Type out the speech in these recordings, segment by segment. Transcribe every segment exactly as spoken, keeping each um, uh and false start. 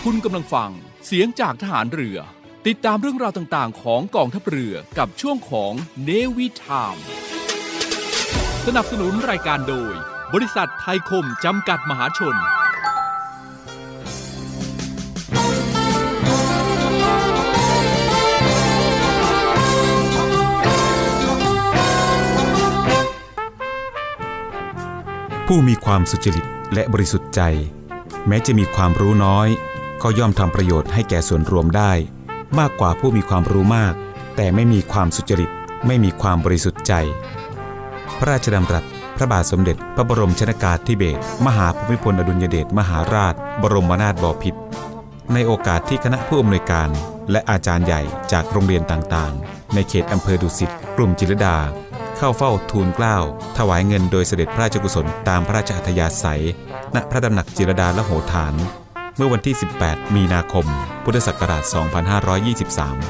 คุณกำลังฟังเสียงจากทหารเรือติดตามเรื่องราวต่างๆของกองทัพเรือกับช่วงของ Navy Time สนับสนุนรายการโดยบริษัทไทยคมจำกัดมหาชนผู้มีความสุจริตและบริสุทธิ์ใจแม้จะมีความรู้น้อยก็ย่อมทำประโยชน์ให้แก่ส่วนรวมได้มากกว่าผู้มีความรู้มากแต่ไม่มีความสุจริตไม่มีความบริสุทธิ์ใจพระราชดำรัสพระบาทสมเด็จพระบรมชนกาธิเบศรมหาภูมิพลอดุลยเดชมหาราชบรมนาถบพิตรในโอกาสที่คณะผู้อำนวยการและอาจารย์ใหญ่จากโรงเรียนต่างๆในเขตอำเภอดุสิตกลุ่มจิตรลดาเข้าเฝ้าทูลเกล้าถวายเงินโดยเสด็จพระราชกุศลตามพระราชอัธยาศัยณพระตำหนักจิตรลดาละโหฐานเมื่อวันที่สิบแปดมีนาคมพุทธศักราชสองพันห้าร้อยยี่สิบสาม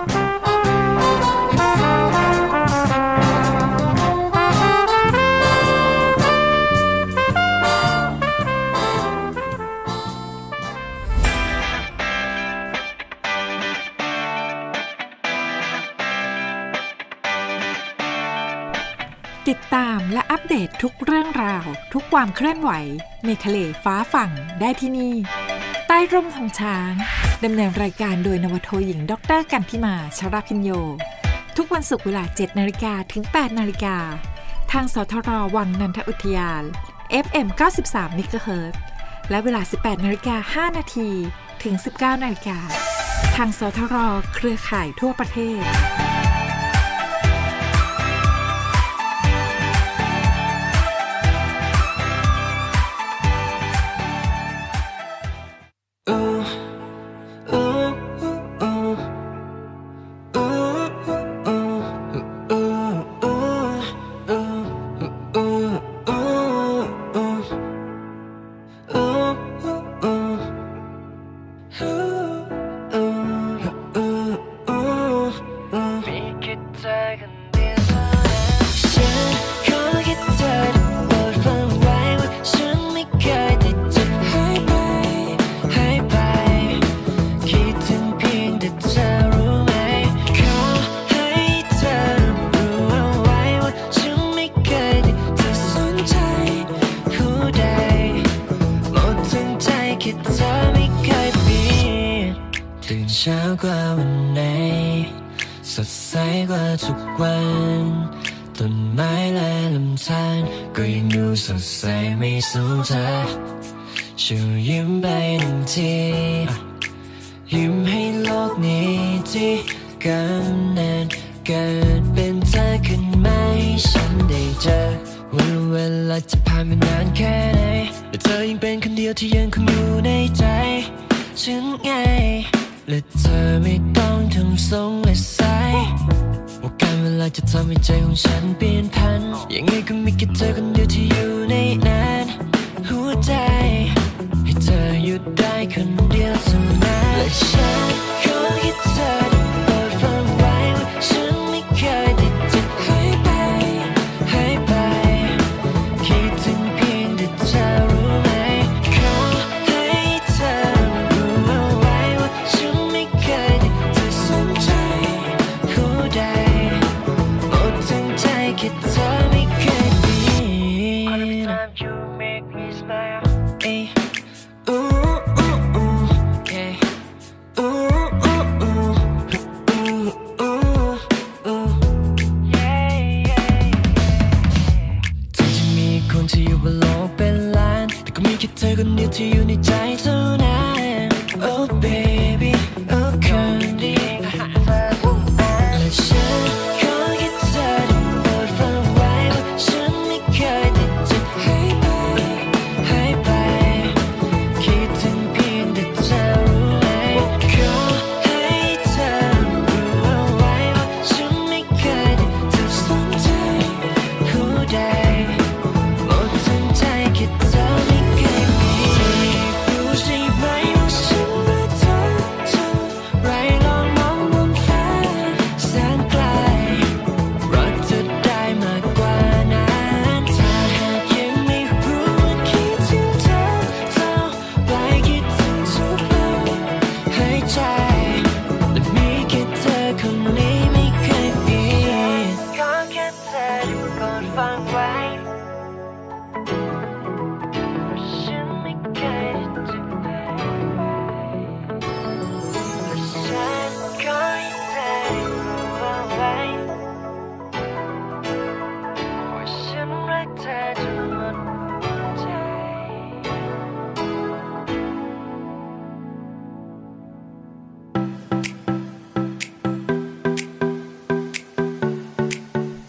ติดตามและอัปเดตทุกเรื่องราวทุกความเคลื่อนไหวในทะเลฟ้าฝั่งได้ที่นี่ใต้ร่มธงช้างดำเนินรายการโดยนวโทหญิงดร.กันธิมาชราพิญโยทุกวันศุกร์เวลา เจ็ดนาฬิกา ถึง แปดนาฬิกาทางสทรวังนันทอุทยาน เอฟ เอ็ม เก้าสิบสาม เมกะเฮิรตซ์และเวลา สิบแปดนาฬิกาห้านาที ถึง สิบเก้านาฬิกาทางสทรเครือข่ายทั่วประเทศเช้ากว่าวันไหนสดใสกว่าทุกวันต้นไม้และลำธารก็ยังดูสดใสไม่สู้เธอช่วยยิ้มไปหนึ่งทียิ้มให้โลกนี้ที่กำเนิดเกิดเป็นเธอขึ้นมาให้ฉันได้เจอวันเวลาจะผ่านไปนานแค่ไหนแต่เธอยังเป็นคนเดียวที่ยังคงอยู่ในใจฉันไงและเธอไม่ต้องทำทรงและสายว่าการเวลาจะทำให้ใจของฉันเปลี่ยนพันยังไงก็มีแค่เธอคนเดียวที่อยู่ในนั้นหัวใจให้เธออยู่ได้คนเดียวเท่านั้นและฉันขอให้เธอโปรดฟังไว้ว่าฉันไม่เคยได้จะหายไปหายไปคิดถึงเพียงแต่เธอรู้ไหมขอให้เธอรู้เอาไว้ว่าฉันไม่เคยได้จะสนใจผู้ใดหมดทั้งใจแค่เธอไม่เคยเปลี่ยน All the time you make me smile Ay ooh ooh ooh yeah ooh ooh ooh ooh ooh ooh yeah yeah ถึงจะมีคนที่อยู่บนโลกเป็นล้านแต่ก็มีแค่เธอคนเดียวที่อยู่ในใจเท่านั้น Oh baby oh คนดีและฉันขอแค่เธอได้โปรดฟังไว้ว่าฉันไม่เคยได้จะหายไปหายไปคิดถึงเพียงแต่เธอรู้ไหมขอให้เธอรู้เอาไว้ว่าฉันไม่เคยได้จะสนใจผู้ใดหมดทั้งใจแค่เธอไม่เคยมีรู้ใช่ไหมว่าฉันรักเธอ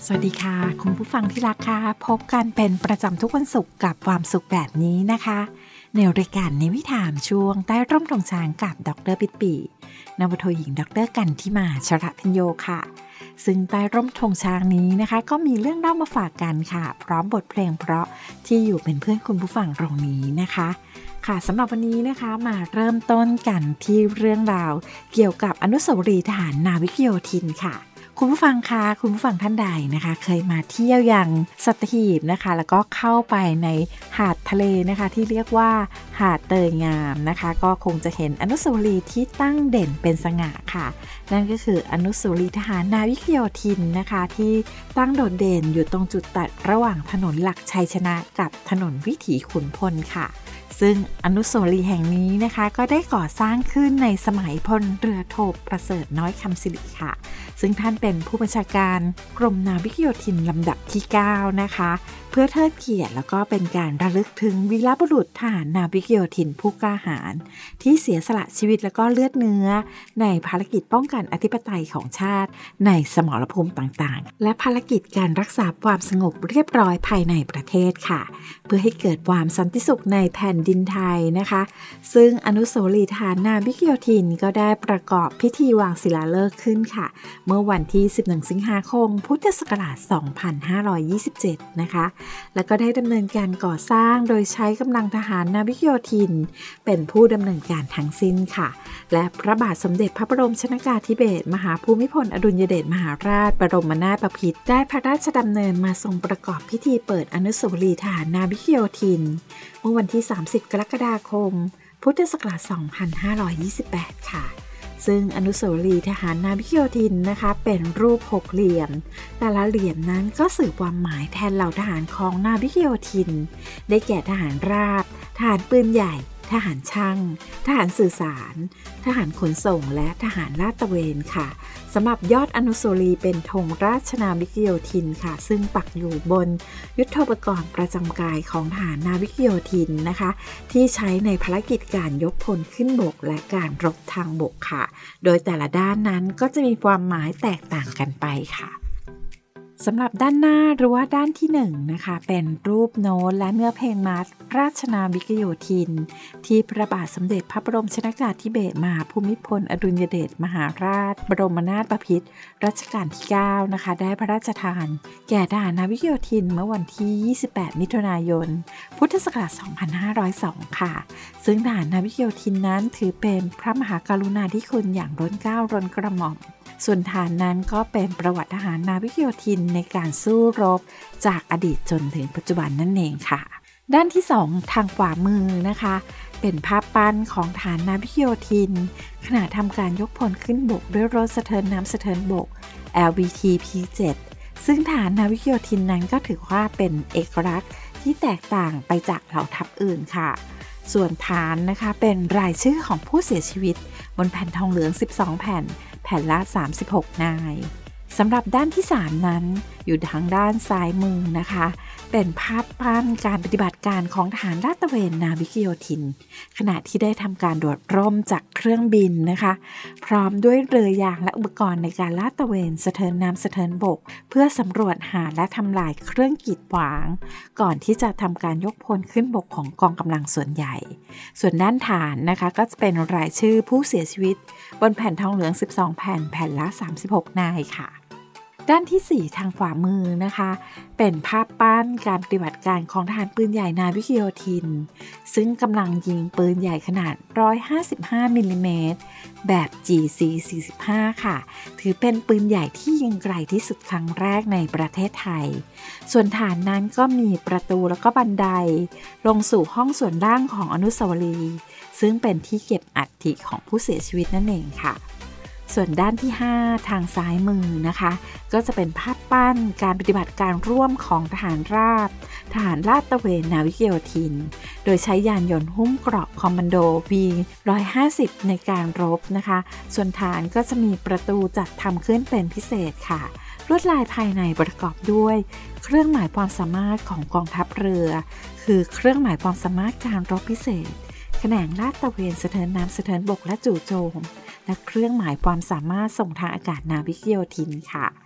สวัสดีค่ะคุณผู้ฟังที่รักค่ะพบกันเป็นประจำทุกวันศุกร์กับความสุขแบบนี้นะคะในรายการในวิถามช่วงใต้ร่มธงช้างกับดร.ปิดปีนวโทหญิงดร.กันทิมาชระพิญโยค่ะซึ่งใต้ร่มธงช้างนี้นะคะก็มีเรื่องเล่ามาฝากกันค่ะพร้อมบทเพลงเพราะที่อยู่เป็นเพื่อนคุณผู้ฟังตรงนี้นะคะค่ะสำหรับวันนี้นะคะมาเริ่มต้นกันที่เรื่องราวเกี่ยวกับอนุสาวรีย์ทหารนาวิกโยธินค่ะคุณผู้ฟังคะคุณผู้ฟังท่านใดนะคะเคยมาเที่ยวยังสัตหีบนะคะแล้วก็เข้าไปในหาดทะเลนะคะที่เรียกว่าหาดเตยงามนะคะก็คงจะเห็นอนุสาวรีย์ที่ตั้งเด่นเป็นสง่าค่ะนั่นก็คืออนุสาวรีย์ทหารนาวิกโยธินนะคะที่ตั้งโดดเด่นอยู่ตรงจุดตัดระหว่างถนนหลักชัยชนะกับถนนวิถีขุนพลค่ะซึ่งอนุสาวรีย์แห่งนี้นะคะก็ได้ก่อสร้างขึ้นในสมัยพลเรือโทประเสริฐน้อยคำสิริค่ะซึ่งท่านเป็นผู้บัญชาการกรมนาวิกโยธินลำดับที่เก้านะคะเพื่อเทิดเกียรติแล้วก็เป็นการระลึกถึงวีรบุรุษทหารนาวิกโยธินผู้กล้าหาญที่เสียสละชีวิตแล้วก็เลือดเนื้อในภารกิจป้องกันอธิปไตยของชาติในสมรภูมิต่างๆและภารกิจการรักษาความสงบเรียบร้อยภายในประเทศค่ะเพื่อให้เกิดความสันติสุขในแผ่นดินไทยนะคะซึ่งอนุสาวรีย์ทหารนาวิกโยธินก็ได้ประกอบพิธีวางศิลาฤกษ์ขึ้นค่ะเมื่อวันที่สิบเอ็ดสิงหาคมพุทธศักราชสองพันห้าร้อยยี่สิบเจ็ดนะคะแล้วก็ได้ดำเนินการก่อสร้างโดยใช้กำลังทหารนาวิกโยธินเป็นผู้ดำเนินการทั้งสิ้นค่ะและพระบาทสมเด็จพระบรมชนกาธิเบศรมหาภูมิพลอดุลยเดชมหาราชบรมนาถบพิตรได้พระราชดำเนินมาทรงประกอบพิธีเปิดอนุสาวรีย์ทหารนาวิกโยธินเมื่อวันที่สามสิบกรกฎาคมพุทธศักราชสองพันห้าร้อยยี่สิบแปดค่ะซึ่งอนุสาวรีย์ทหารนาวิกโยธินนะคะเป็นรูปหกเหลี่ยมแต่ละเหลี่ยมนั้นก็สื่อความหมายแทนเหล่าทหารของนาวิกโยธินได้แก่ทหารราบทหารปืนใหญ่ทหารช่างทหารสื่อสารทหารขนส่งและทหารลาดตระเวนค่ะสำหรับยอดอนุสาวรีย์เป็นธงราชนาวิกโยธินค่ะซึ่งปักอยู่บนยุทโธปกรณ์ประจำกายของทหารนาวิกโยธินนะคะที่ใช้ในภารกิจการยกพลขึ้นบกและการรบทางบกค่ะโดยแต่ละด้านนั้นก็จะมีความหมายแตกต่างกันไปค่ะสำหรับด้านหน้าหรือว่าด้านที่หนึ่งนะคะเป็นรูปโน้ตและเนื้อเพลงมาร์ชราชนาวิกโยธินที่พระบาทสมเด็จพระบรมชนกาธิเบศรมหาภูมิพลอดุลยเดชมหาราชบรมนาถบพิตรรัชกาลที่เก้านะคะได้พระราชทานแก่ทหารนาวิกโยธินเมื่อวันที่ยี่สิบแปดมิถุนายนพุทธศักราชสองพันห้าร้อยสองค่ะซึ่งทหารนาวิกโยธินนั้นถือเป็นพระมหากรุณาธิคุณอย่างล้นเกล้าล้นกระหม่อมส่วนฐานนั้นก็เป็นประวัติทหารนาวิกโยธินในการสู้รบจากอดีตจนถึงปัจจุบันนั่นเองค่ะด้านที่สองทางขวามือนะคะเป็นภาพปั้นของฐานนาวิกโยธินขณะทำการยกพลขึ้นบกด้วยรถสะเทินน้ำสะเทินบก แอล วี ที พี เจ็ด ซึ่งฐานนาวิกโยธินนั้นก็ถือว่าเป็นเอกลักษณ์ที่แตกต่างไปจากเหล่าทัพอื่นค่ะส่วนฐานนะคะเป็นรายชื่อของผู้เสียชีวิตบนแผ่นทองเหลืองสิบสองแผ่นแผ่นละสามสิบหกนายสำหรับด้านที่สามนั้นอยู่ทางด้านซ้ายมือนะคะเป็นภาพปั้นการปฏิบัติการของทหารลาดตระเวนนาวิกโยธินขณะที่ได้ทำการโดดร่มจากเครื่องบินนะคะพร้อมด้วยเรือยางและอุปกรณ์ในการลาดตระเวนสะเทินน้ำสะเทินบกเพื่อสำรวจหาและทำลายเครื่องกีดขวางก่อนที่จะทำการยกพลขึ้นบกของกองกำลังส่วนใหญ่ส่วนด้านฐานนะคะก็จะเป็นรายชื่อผู้เสียชีวิตบนแผ่นทองเหลืองสิบสองแผ่นแผ่นละสามสิบหกนายค่ะด้านที่สี่ทางขวามือนะคะเป็นภาพปั้นการปฏิบัติการของทหารปืนใหญ่นาวิกโยธินซึ่งกำลังยิงปืนใหญ่ขนาดหนึ่งร้อยห้าสิบห้ามิลลิเมตรแบบ จี ซี สี่สิบห้า ค่ะถือเป็นปืนใหญ่ที่ยิงไกลที่สุดครั้งแรกในประเทศไทยส่วนฐานนั้นก็มีประตูแล้วก็บันไดลงสู่ห้องส่วนล่างของอนุสาวรีย์ซึ่งเป็นที่เก็บอัฐิของผู้เสียชีวิตนั่นเองค่ะส่วนด้านที่ห้าทางซ้ายมือนะคะก็จะเป็นภาพปั้นการปฏิบัติการร่วมของทหารราบทหารลาดตระเวนนาวิกโยธินโดยใช้ยานยนต์หุ้มเกราะคอมมานโด วี หนึ่งร้อยห้าสิบ ในการรบนะคะส่วนฐานก็จะมีประตูจัดทำขึ้นเป็นพิเศษค่ะลวดลายภายในประกอบด้วยเครื่องหมายความสามารถของกองทัพเรือคือเครื่องหมายความสามารถการรบพิเศษแขนงลาดตระเวนสะเทินน้ำสะเทินบกและจู่โจมและเครื่องหมายความสามารถส่งทางอากาศนาวิกโยธินค่ะ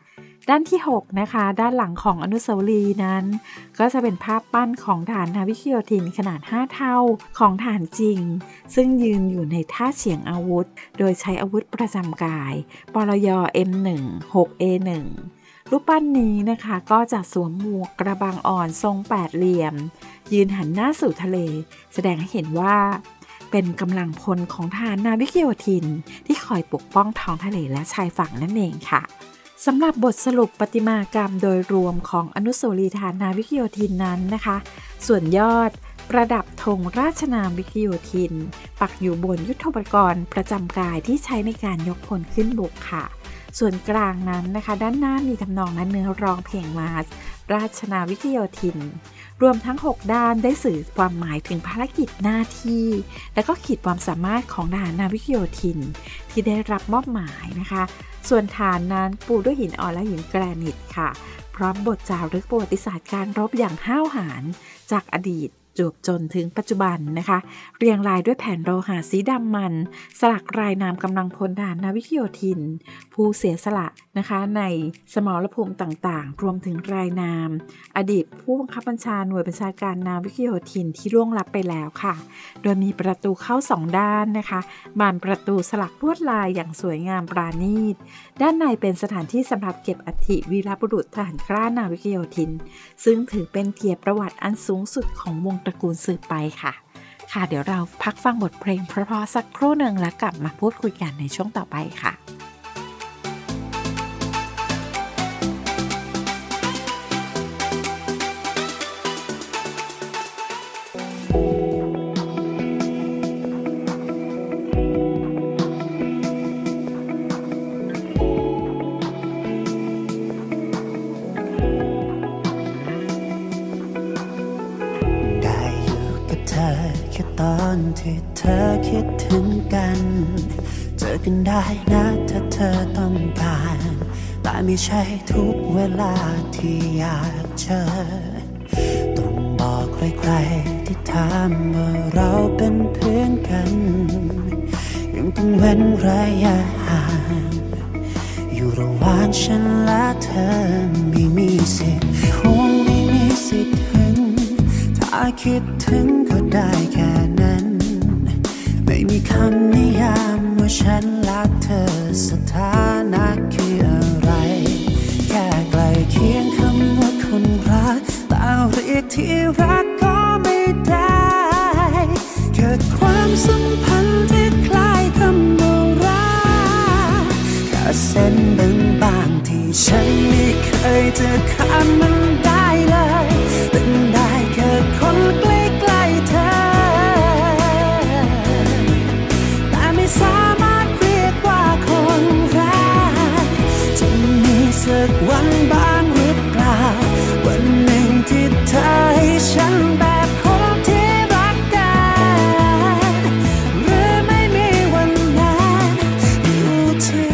ด้านที่หกนะคะด้านหลังของอนุสาวรีย์นั้นก็จะเป็นภาพปั้นของฐานนาวิกโยธินขนาดห้าเท่าของฐานจริงซึ่งยืนอยู่ในท่าเฉียงอาวุธโดยใช้อาวุธประจำกายปลย เอ็ม หนึ่ง หก เอ หนึ่ง รูปปั้นนี้นะคะก็จะสวมหมวกกระบังอ่อนทรงแปดเหลี่ยมยืนหันหน้าสู่ทะเลแสดงให้เห็นว่าเป็นกำลังพลของฐานนาวิกโยธินที่คอยปกป้องท้องทะเลและชายฝั่งนั่นเองค่ะสำหรับบทสรุปประติมากรรมโดยรวมของอนุสาวรีย์ฐานนาวิกโยธินนั้นนะคะส่วนยอดประดับธงราชนาวิกโยธินปักอยู่บนยุทโธปกรณ์ประจำกายที่ใช้ในการยกพลขึ้นบกค่ะส่วนกลางนั้นนะคะด้านหน้ามีทำนองและเนื้อร้องเพลงมาร์ชราชนาวิกโยธินรวมทั้งหกด้านได้สื่อความหมายถึงภารกิจหน้าที่และก็ขีดความสามารถของทหารนาวิกโยธินที่ได้รับมอบหมายนะคะส่วนฐานนั้นปูด้วยหินอ่อนและหินแกรนิตค่ะพร้อมบทจารึกประวัติศาสตร์การรบอย่างห้าวหาญจากอดีตจวบจนถึงปัจจุบันนะคะเรียงรายด้วยแผ่นโลหะสีดำมันสลักรายนามกำลังพลทหารนาวิกโยธินผู้เสียสละนะคะในสมรภูมิต่างๆรวมถึงรายนามอดีตผู้บังคับบัญชาหน่วยบัญชาการนาวิกโยธินที่ล่วงลับไปแล้วค่ะโดยมีประตูเข้าสองด้านนะคะบานประตูสลักลวดลายอย่างสวยงามปราณีตด้านในเป็นสถานที่สำหรับเก็บอัฐิวีรบุรุษทหารกล้านาวิกโยธินซึ่งถือเป็นเกียรติประวัติอันสูงสุดของวงตระกูลสืบไปค่ะค่ะเดี๋ยวเราพักฟังบทเพลงเพราะๆสักครู่หนึ่งแล้วกลับมาพูดคุยกันในช่วงต่อไปค่ะตอนที่เธอคิดถึงกันเจอกันได้นะถ้าเธอต้องการแต่ไม่ใช่ทุกเวลาที่อยากเจอต้องบอกใครๆที่ถามว่าเราเป็นเพื่อนกันยังต้องเว้นระยะห่างอยู่ระหว่างฉันและเธอไม่มีสิทธิ์คงไม่มีสิทธิ์ถึงถ้าคิดถึงก็ได้แค่นั้นไม่มีคำนิยามว่าฉันรักเธอสถานะคืออะไรแค่ใกล้เคียงคำว่าคนรักแต่เรียกที่รักก็ไม่ได้เกิดความสัมพันธ์ที่คล้ายคำว่ารักแค่เส้นบางๆที่ฉันไม่เคยจะข้ามมันได้เลยเป็นได้แค่คนใกล้ๆเธอแต่ไม่สามารถเรียกว่าคนรักจะมีสักวันบ้างหรือเปล่าวันหนึ่งที่เธอให้ฉันแบบคนที่รักกันหรือไม่มีวันนั้นอยู่ที่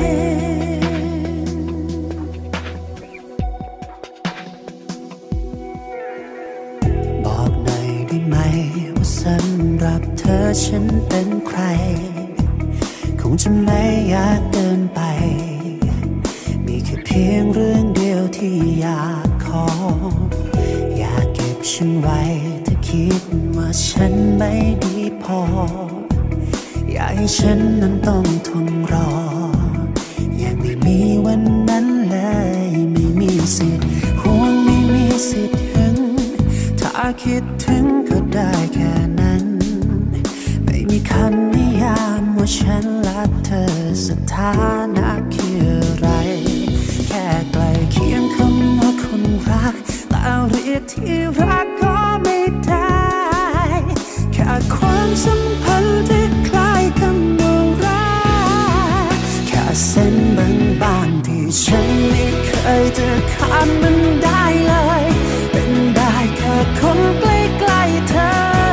บอกหน่อยได้ไหมว่าสำหรับเธอฉันเป็นใครคงจะไม่ยากเกินไปมีแค่เพียงเรื่องเดียวที่อยากขออยากเก็บฉันไว้ถ้าคิดว่าฉันไม่ดีพออยากให้ฉันนั้นต้องทนรอยังไม่มีวันนั้นเลยไม่มีสิทธิ์ห่วงไม่มีสิทธิ์ถึงถ้าคิดถึงก็ได้แค่นั้นไม่มีคำนิยามว่าฉันรักเธอสถานะคืออะไรแค่ใกล้เคียงคำว่าคนรักแต่เรียกที่รักก็ไม่ได้แค่ความสัมพันธ์ที่คล้ายคำว่ารักแค่เส้นบางๆที่ฉันไม่เคยจะข้ามมันได้เลยเป็นได้แค่คนใกล้ๆเธอ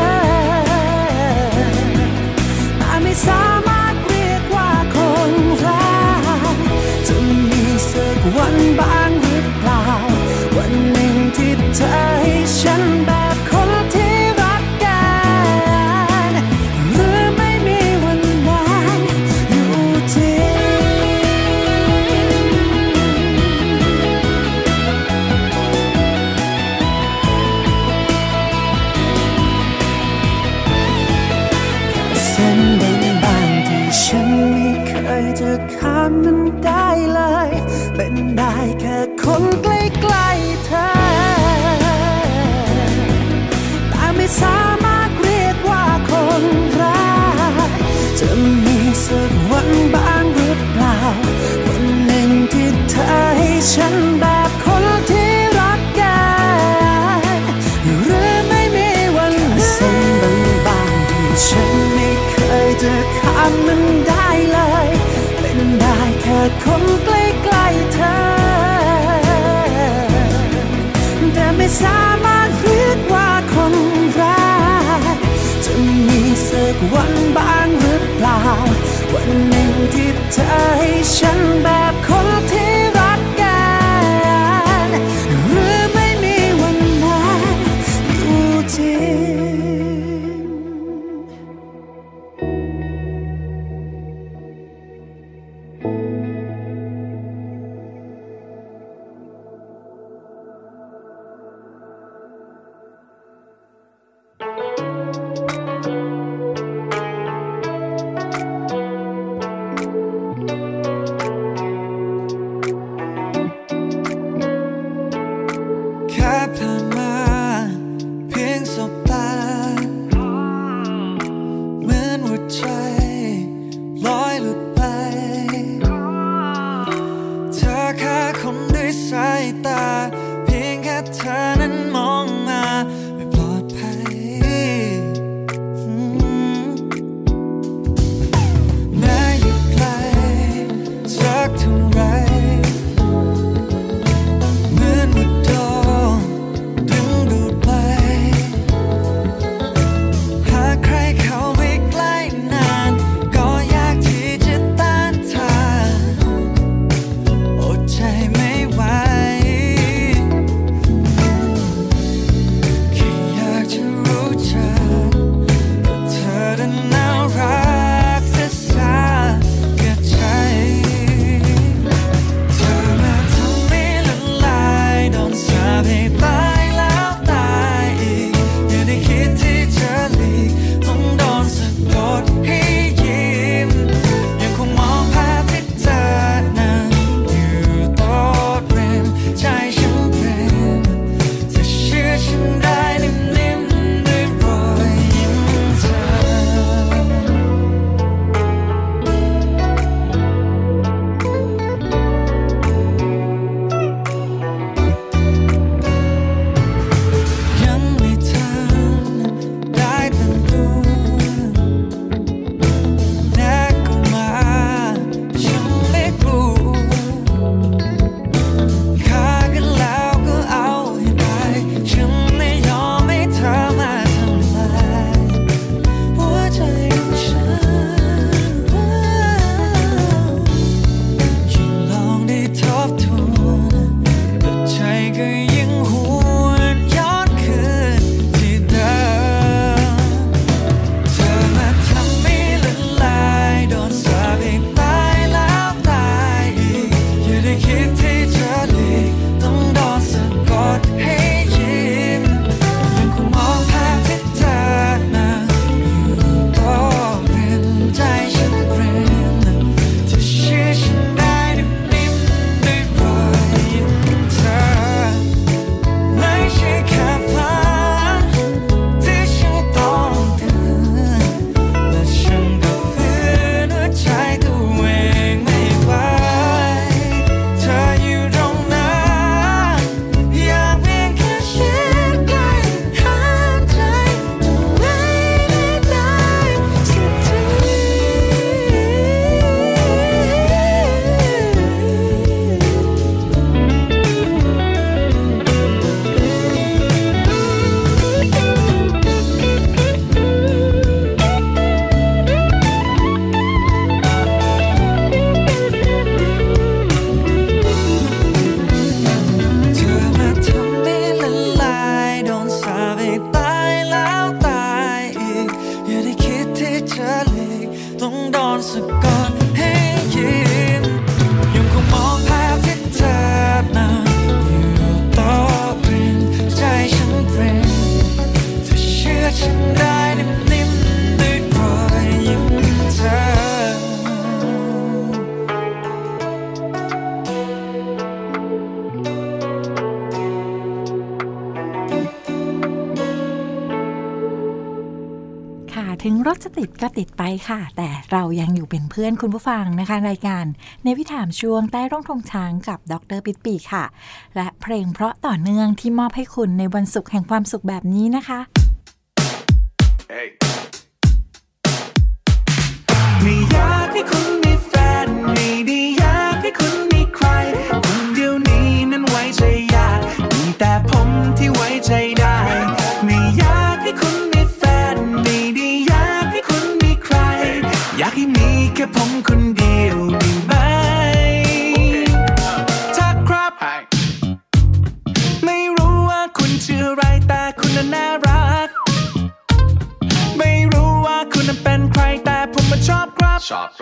แต่ไม่สามารถเรียกว่าคนรักจะมีสักวันบ้างหรือเปล่าวันหนึ่งที่เธอให้ฉันแบบคนที่รักกันหรือไม่มีวันนั้นอยู่ที่ข้ามมันได้เลยเป็นได้แค่คนใกล้ๆเธอแต่ไม่สามารถเรียกว่าคนรักจะมีสักวันบ้างหรือเปล่าวันหนึ่งที่เธอให้ฉันแบบคนที่รักกันหรือไม่มีวันนั้นเส้นบางๆที่ฉันไม่เคยจะข้ามมันได้เลยเป็นได้แค่คนใกล้ๆเธอแต่ไม่สามารถเรียกว่าคนรักจะมีสักวันบ้างหรือเปล่าวันหนึ่งที่เธอให้ฉันแบบคนที่รักกันหรือไม่มีวันนั้นอยู่จริงรถจะติดก็ติดไปค่ะแต่เรายังอยู่เป็นเพื่อนคุณผู้ฟังนะคะรายการในวิถามช่วงใต้ร่มธงช้างกับดร.ปิ๊ดปีค่ะและเพลงเพราะต่อเนื่องที่มอบให้คุณในวันศุกร์แห่งความสุขแบบนี้นะคะ hey. ไม่อยากให้คุณมีแฟนไม่ได้อยากให้คุณมีใครคนเดียวนี้นั้นไว้ใจยากมีแต่ผมที่ไว้ใจได้ไม่อยากให้คุณมีแฟนไม่ได้อยากให้คุณมีใครอยากให้มีแค่ผมคนเดียวได้ไหมถ้าครับไม่รู้ว่าคุณชื่ออะไรแต่คุณน่ารักไม่รู้ว่าคุณเป็นใครแต่ผมมาชอบครับ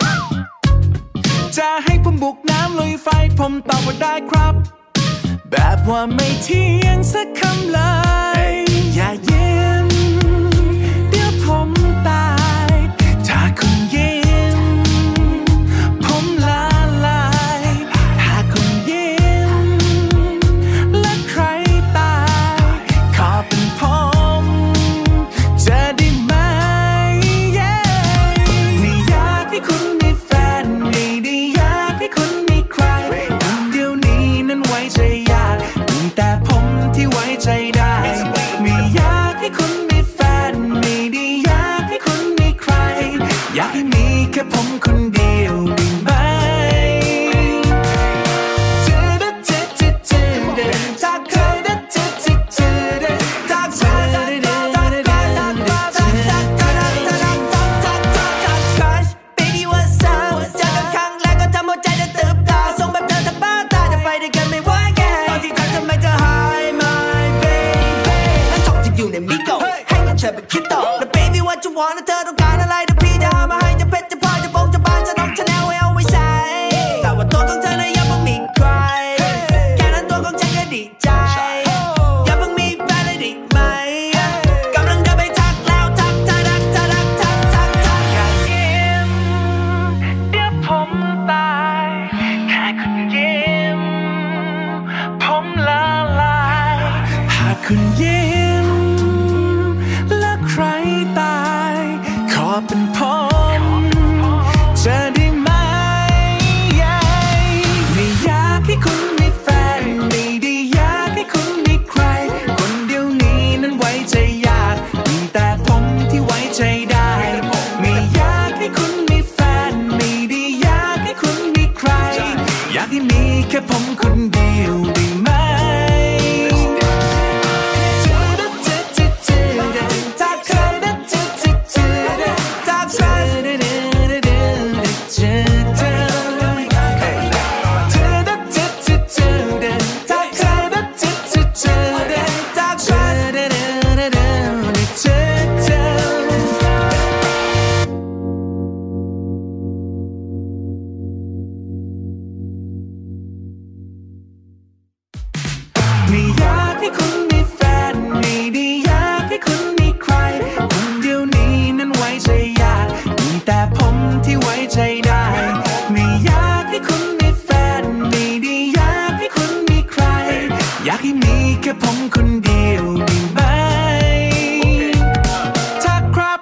จะให้ผมบุกน้ำลุยไฟผมตอบว่าได้ครับแบบว่าไม่เที่ยงสักคำเลยอย่ายิ้มเดี๋ยวผมตายถ้าคุณยิ้มผมละลายถ้าคุณยิ้มและใครตายขอเป็นผมจะได้ไหม yeah. ไม่อยากให้คุณมีแฟนไม่ได้อยากให้คุณมีใครคนเดียวนี้นั้นไว้ใจยากมีแต่ผมที่ไว้ใจได้ไม่อยากให้คุณมีแฟนไม่ได้อยากให้คุณมีใครอยากให้มีแค่ผมคนเดียวได้ไหมคิดต่อแล้ว baby what you want เธอต้องการอะไรเดี๋ยวพี่จะหามาให้จะเพชรจะพลอยจะบงจะบานจะน้องจะแนวไว้เอาไว้ใช้แต่ว่าตัวของเธอน่ะยังไม่มีใครแค่นั้นตัวของฉันก็ดีใจอย่าเพิ่งมีแฟนเลยได้ไหมกำลังเดินไปทักแล้วทักทักทักทักทักทักทักอย่ายิ้มเดี๋ยวผมตายแค่คุณยิ้มผมละลายหากคุณยิ้มใครตายขอเป็นผมจะได้ไหม yeah. ไม่อยากให้คุณมีแฟนไม่ได้อยากให้คุณมีใครคนเดียวนี้นั้นไว้ใจยากมีแต่ผมที่ไว้ใจได้ไม่อยากให้คุณมีแฟนไม่ได้อยากให้คุณมีใครอยากให้มีแค่ผมคนเดียวได้ไหมไม่อยากให้คุณมีแฟนไม่ได้อยากให้คุณมีใครคนเดียวนี้นั้นไว้ใจยากมีแต่ผมที่ไว้ใจได้ไม่อยากให้คุณมีแฟนไม่ได้อยากให้คุณมีใครอยากให้มีแค่ผมคนเดียวได้ไหมถ้าครับ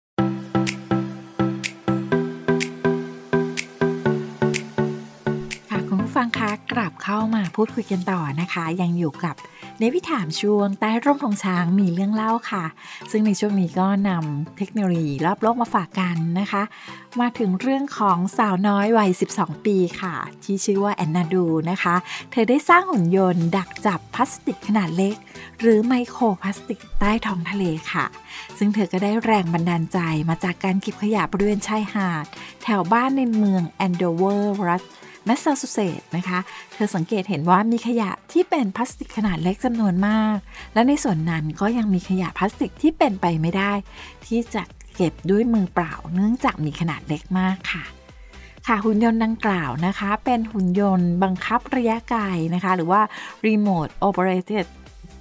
ฟังคะกลับเข้ามาพูดคุยกันต่อนะคะยังอยู่กับในวิถามช่วงใต้ร่มธงช้างมีเรื่องเล่าค่ะซึ่งในช่วงนี้ก็นำเทคโนโลยีรอบโลกมาฝากกันนะคะมาถึงเรื่องของสาวน้อยวัยสิบสองปีค่ะที่ชื่อว่าแอนนาดูนะคะเธอได้สร้างหุ่นยนต์ดักจับพลาสติกขนาดเล็กหรือไมโครพลาสติกใต้ท้องทะเลค่ะซึ่งเธอก็ได้แรงบันดาลใจมาจากการเก็บขยะบริเวณชายหาดแถวบ้านในเมืองแอนโดเวอร์รัฐแมสซาชูเซตส์นะคะเธอสังเกตเห็นว่ามีขยะที่เป็นพลาสติกขนาดเล็กจำนวนมากและในส่วนนั้นก็ยังมีขยะพลาสติกที่เป็นไปไม่ได้ที่จะเก็บด้วยมือเปล่าเนื่องจากมีขนาดเล็กมากค่ะค่ะหุ่นยนต์ดังกล่าวนะคะเป็นหุ่นยนต์บังคับระยะไกลนะคะหรือว่า Remote Operated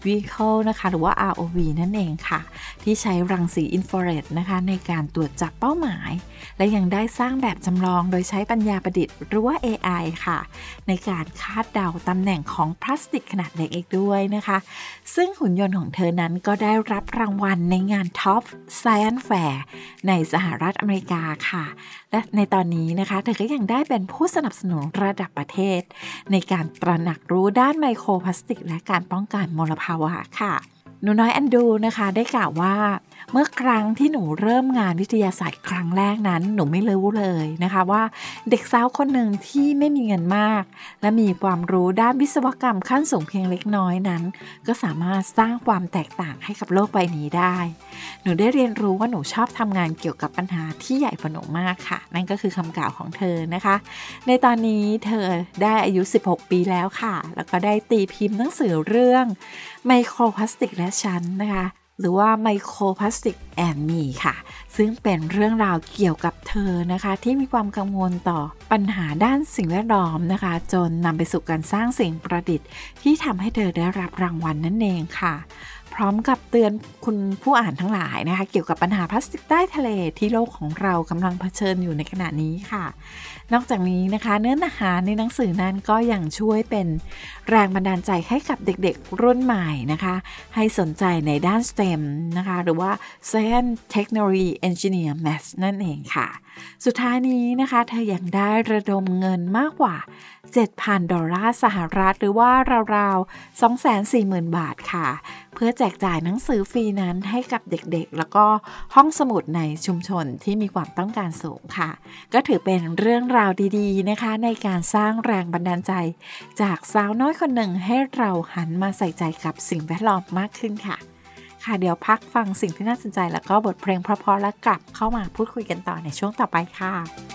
Vehicle นะคะหรือว่า อาร์ โอ วี นั่นเองค่ะที่ใช้รังสีอินฟราเรดนะคะในการตรวจจับเป้าหมายและยังได้สร้างแบบจำลองโดยใช้ปัญญาประดิษฐ์หรือว่า เอ ไอ ค่ะในการคาดเดาตำแหน่งของพลาสติกขนาดเล็กอีกด้วยนะคะซึ่งหุ่นยนต์ของเธอนั้นก็ได้รับรางวัลในงาน Top Science Fair ในสหรัฐอเมริกาค่ะและในตอนนี้นะคะเธอก็ยังได้เป็นผู้สนับสนุนระดับประเทศในการตระหนักรู้ด้านไมโครพลาสติกและการป้องกันมลภาวะค่ะหนูน้อยอันดูนะคะได้กล่าวว่าเมื่อครั้งที่หนูเริ่มงานวิทยาศาสตร์ครั้งแรกนั้นหนูไม่รู้เลยนะคะว่าเด็กสาวคนหนึ่งที่ไม่มีเงินมากและมีความรู้ด้านวิศวกรรมขั้นสูงเพียงเล็กน้อยนั้นก็สามารถสร้างความแตกต่างให้กับโลกใบนี้ได้หนูได้เรียนรู้ว่าหนูชอบทำงานเกี่ยวกับปัญหาที่ใหญ่กว่าหนูมากค่ะนั่นก็คือคำกล่าวของเธอนะคะในตอนนี้เธอได้อายุสิบหกปีแล้วค่ะแล้วก็ได้ตีพิมพ์หนังสือเรื่องไมโครพลาสติกและฉันนะคะหรือว่า Microplastic and Me ค่ะซึ่งเป็นเรื่องราวเกี่ยวกับเธอนะคะที่มีความกังวลต่อปัญหาด้านสิ่งแวดล้อมนะคะจนนำไปสู่การสร้างสิ่งประดิษฐ์ที่ทำให้เธอได้รับรางวัลนั่นเองค่ะพร้อมกับเตือนคุณผู้อ่านทั้งหลายนะคะเกี่ยวกับปัญหาพลาสติกใต้ทะเลที่โลกของเรากำลังเผชิญอยู่ในขณะนี้ค่ะนอกจากนี้นะคะเนื้อหาในหนังสือนั้นก็ยังช่วยเป็นแรงบันดาลใจให้กับเด็กๆรุ่นใหม่นะคะให้สนใจในด้าน สเต็ม นะคะหรือว่า Science Technology Engineer Math นั่นเองค่ะสุดท้ายนี้นะคะเธอยังได้ระดมเงินมากกว่า เจ็ดพัน ดอลลาร์สหรัฐหรือว่าราวๆ สองแสนสี่หมื่น บาทค่ะเพื่อแจกจ่ายหนังสือฟรีนั้นให้กับเด็กๆแล้วก็ห้องสมุดในชุมชนที่มีความต้องการสูงค่ะก็ถือเป็นเรื่องราวดีๆนะคะในการสร้างแรงบันดาลใจจากสาวน้อยคนหนึ่งให้เราหันมาใส่ใจกับสิ่งแวดล้อมมากขึ้นค่ะค่ะเดี๋ยวพักฟังสิ่งที่น่าสนใจแล้วก็บทเพลงเพราะๆแล้วกลับเข้ามาพูดคุยกันต่อในช่วงต่อไปค่ะ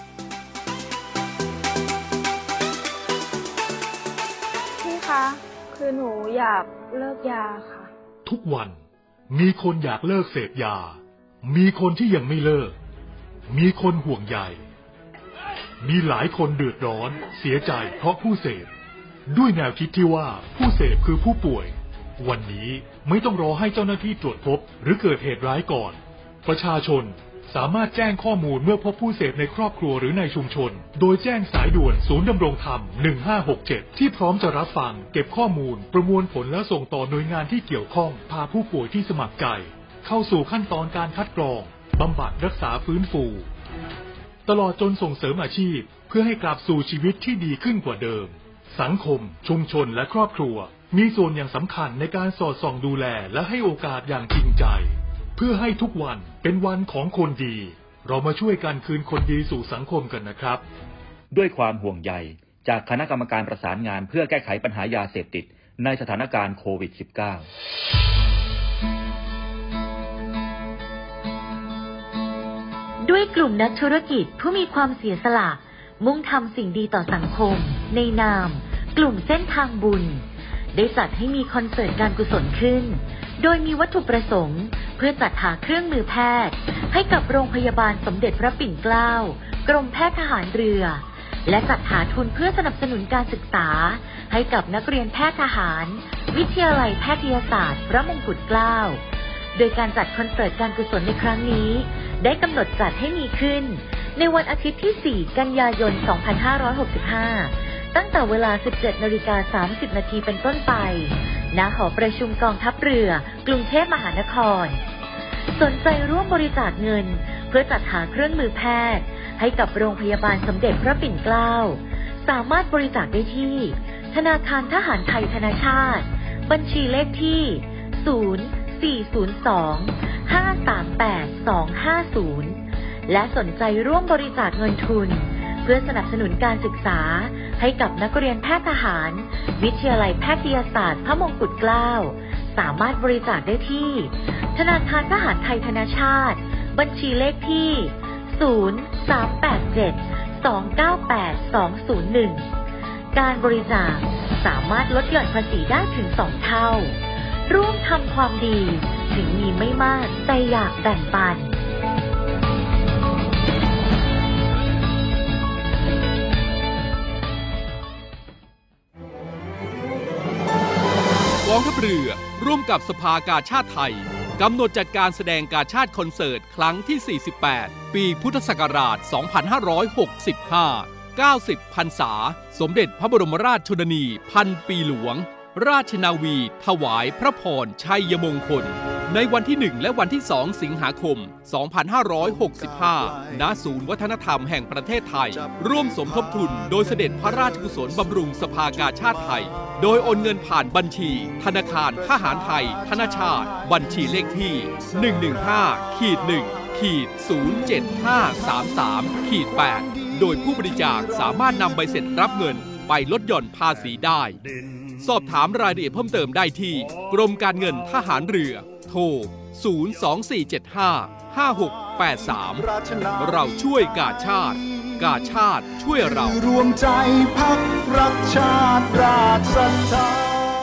พี่คะคือหนูอยากเลิกยาค่ะทุกวันมีคนอยากเลิกเสพยามีคนที่ยังไม่เลิกมีคนห่วงใยมีหลายคนเดือดร้อนเสียใจเพราะผู้เสพด้วยแนวคิดที่ว่าผู้เสพคือผู้ป่วยวันนี้ไม่ต้องรอให้เจ้าหน้าที่ตรวจพบหรือเกิดเหตุร้ายก่อนประชาชนสามารถแจ้งข้อมูลเมื่อพบผู้เสพในครอบครัวหรือในชุมชนโดยแจ้งสายด่วนศูนย์ดำรงธรรมหนึ่งห้าหกเจ็ดที่พร้อมจะรับฟังเก็บข้อมูลประมวลผลและส่งต่อหน่วยงานที่เกี่ยวข้องพาผู้ป่วยที่สมัครใจเข้าสู่ขั้นตอนการคัดกรองบำบัดรักษาฟื้นฟูตลอดจนส่งเสริมอาชีพเพื่อให้กลับสู่ชีวิตที่ดีขึ้นกว่าเดิมสังคมชุมชนและครอบครัวมีส่วนอย่างสำคัญในการสอดส่องดูแลและให้โอกาสอย่างจริงใจเพื่อให้ทุกวันเป็นวันของคนดีเรามาช่วยกันคืนคนดีสู่สังคมกันนะครับด้วยความห่วงใยจากคณะกรรมการประสานงานเพื่อแก้ไขปัญหายาเสพติดในสถานการณ์โควิด สิบเก้าด้วยกลุ่มนักธุรกิจผู้มีความเสียสละมุ่งทำสิ่งดีต่อสังคมในนามกลุ่มเส้นทางบุญได้จัดให้มีคอนเสิร์ตการกุศลขึ้นโดยมีวัตถุประสงค์เพื่อจัดหาเครื่องมือแพทย์ให้กับโรงพยาบาลสมเด็จพระปิ่นเกล้ากรมแพทย์ทหารเรือและจัดหาทุนเพื่อสนับสนุนการศึกษาให้กับนักเรียนแพทย์ทหารวิทยาลัยแพทยศาสตร์พระมงกุฎเกล้าโดยการจัดคอนเสิร์ตการกุศลในครั้งนี้ได้กำหนดจัดให้มีขึ้นในวันอาทิตย์ที่สี่กันยายนสองพันห้าร้อยหกสิบห้าตั้งแต่เวลา สิบเจ็ดนาฬิกาสามสิบนาทีเป็นต้นไปณหอประชุมกองทัพเรือกรุงเทพมหานครสนใจร่วมบริจาคเงินเพื่อจัดหาเครื่องมือแพทย์ให้กับโรงพยาบาลสมเด็จพระปิ่นเกล้าสามารถบริจาคได้ที่ธนาคารทหารไทยธนชาติบัญชีเลขที่ศูนย์ สี่ ศูนย์ สอง ห้า สาม แปด สอง ห้า ศูนย์และสนใจร่วมบริจาคเงินทุนเพื่อสนับสนุนการศึกษาให้กับนักเรียนแพทย์ทหารวิทยาลัยแพทยศาสตร์พระมงกุฎเกล้าสามารถบริจาคได้ที่ธนาคารทหารไทยธนชาติบัญชีเลขที่ศูนย์ สาม แปด เจ็ด สอง เก้า แปด สอง ศูนย์ หนึ่งการบริจาคสามารถลดหย่อนภาษีได้ถึงสองเท่าร่วมทำความดีถึงมีไม่มากแต่อยากแบ่งปันกองทัพเรือร่วมกับสภากาชาดไทยกำหนดจัดการแสดงกาชาดคอนเสิร์ตครั้งที่ สี่สิบแปด ปีพุทธศักราช สองพันห้าร้อยหกสิบห้า เก้าสิบ พรรษาสมเด็จพระบรมราชชนนีพันปีหลวงราชนาวีถวายพระพรชัยมงคลในวันที่หนึ่งและวันที่สองสิงหาคม สองพันห้าร้อยหกสิบห้า ณ ศูนย์วัฒนธรรมแห่งประเทศไทยร่วมสมทบทุนโดยเสด็จพระราชกุศลบำรุงสภากาชาดไทยโดยโอนเงินผ่านบัญชีธนาคารทหารไทยธนชาติบัญชีเลขที่ หนึ่ง หนึ่ง ห้า หนึ่ง ศูนย์ เจ็ด ห้า สาม สาม แปด โดยผู้บริจาคสามารถนำใบเสร็จรับเงินไปลดหย่อนภาษีได้สอบถามรายละเอียดเพิ่มเติมได้ที่กรมการเงินทหารเรือโทร ศูนย์ สอง สี่ เจ็ด ห้า ห้า หก แปด สาม เราช่วยกาชาติกาชาติช่วยเรารวมใจพักรักชาติราชศรัทธา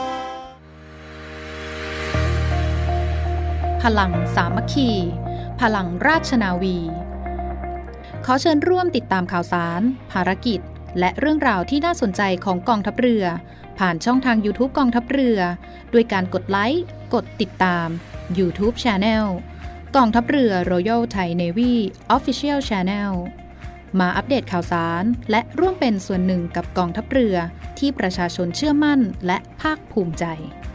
พลังสามัคคีพลังราชนาวีขอเชิญร่วมติดตามข่าวสารภารกิจและเรื่องราวที่น่าสนใจของกองทัพเรือผ่านช่องทาง YouTube กองทัพเรือด้วยการกดไลค์กดติดตาม YouTube Channel กองทัพเรือ Royal Thai Navy Official Channel มาอัปเดตข่าวสารและร่วมเป็นส่วนหนึ่งกับกองทัพเรือที่ประชาชนเชื่อมั่นและภาคภูมิใจ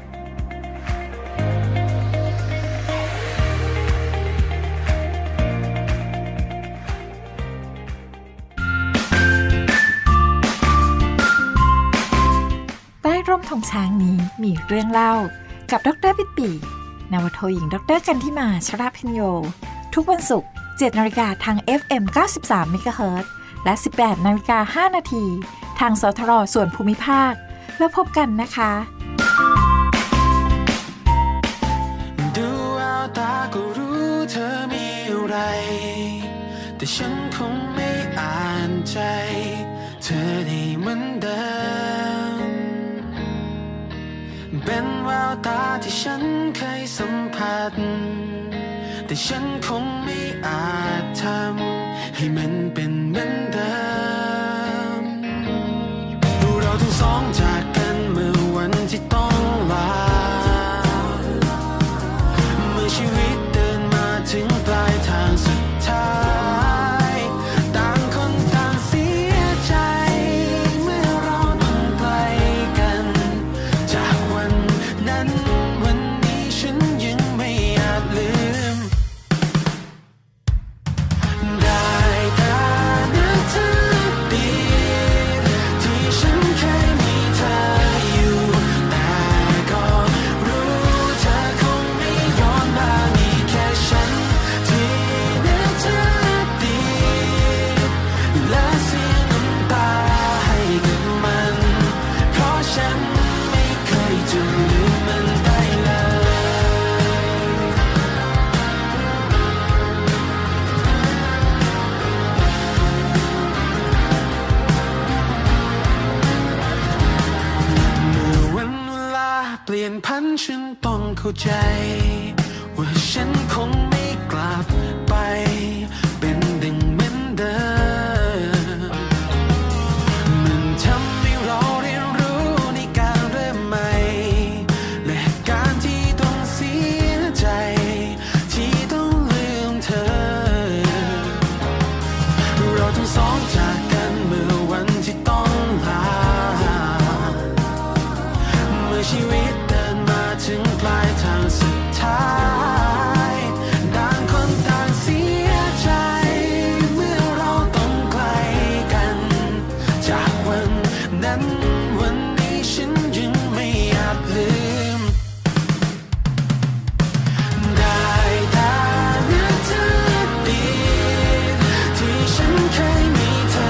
ร่มธงช้างนี้มีเรื่องเล่ากับดร.ปิดปีนาวโทหญิงดร.กันธิมาชราพิญโยทุกวันศุกร์ เจ็ดนาฬิกาทาง เอฟ เอ็ม เก้าสิบสาม เมกะเฮิรตซ์ และ สิบแปดนาฬิกาห้านาที ทางสทรส่วนภูมิภาคแล้วพบกันนะคะดูแววตาก็รู้เธอมีอะไรแต่ฉันคงไม่อ่านใจเธอได้เหมือนเดิมเป็นแววตาที่ฉันเคยสัมผัสแต่ฉันคงไม่อาจทำให้มันเป็นเหมือนเดิมเราทั้งสองจากกันเมื่อวันที่ต้องลาเมื่อชีวิตเดินมาถึงปลายทางสุดท้ายต่างคนต่างเสียใจเมื่อเราต้องไกลกันจากวันนั้นวันนี้ฉันยังไม่อาจลืมได้แต่นึกถึงดีที่ฉันเคยมีเธออยู่แต่ก็รู้เธอคงไม่ย้อนมามีแค่ฉันที่นึกถึงดีและเสียน้ำตาให้กับมันเพราะฉันไม่เคยจะลืมมันได้เลยเมื่อวันเวลาเปลี่ยนพันฉันต้องเข้าใจว่าฉันคงไม่กลับไปเป็นดังเหมือนเดิมมันทำให้เราเรียนรู้ในการเริ่มใหม่และการที่ต้องเสียใจที่ต้องลืมเธอเราทั้งสองจากกันเมื่อวันที่ต้องลาเมื่อชีวิตเดินมาถึงปลายทางสุดท้ายต่างคนต่างเสียใจเมื่อเราต้องไกลกันจากวันนั้นวันนี้ฉันยังไม่อาจลืมได้แต่นึกถึงดีที่ฉันเคยมีเธอ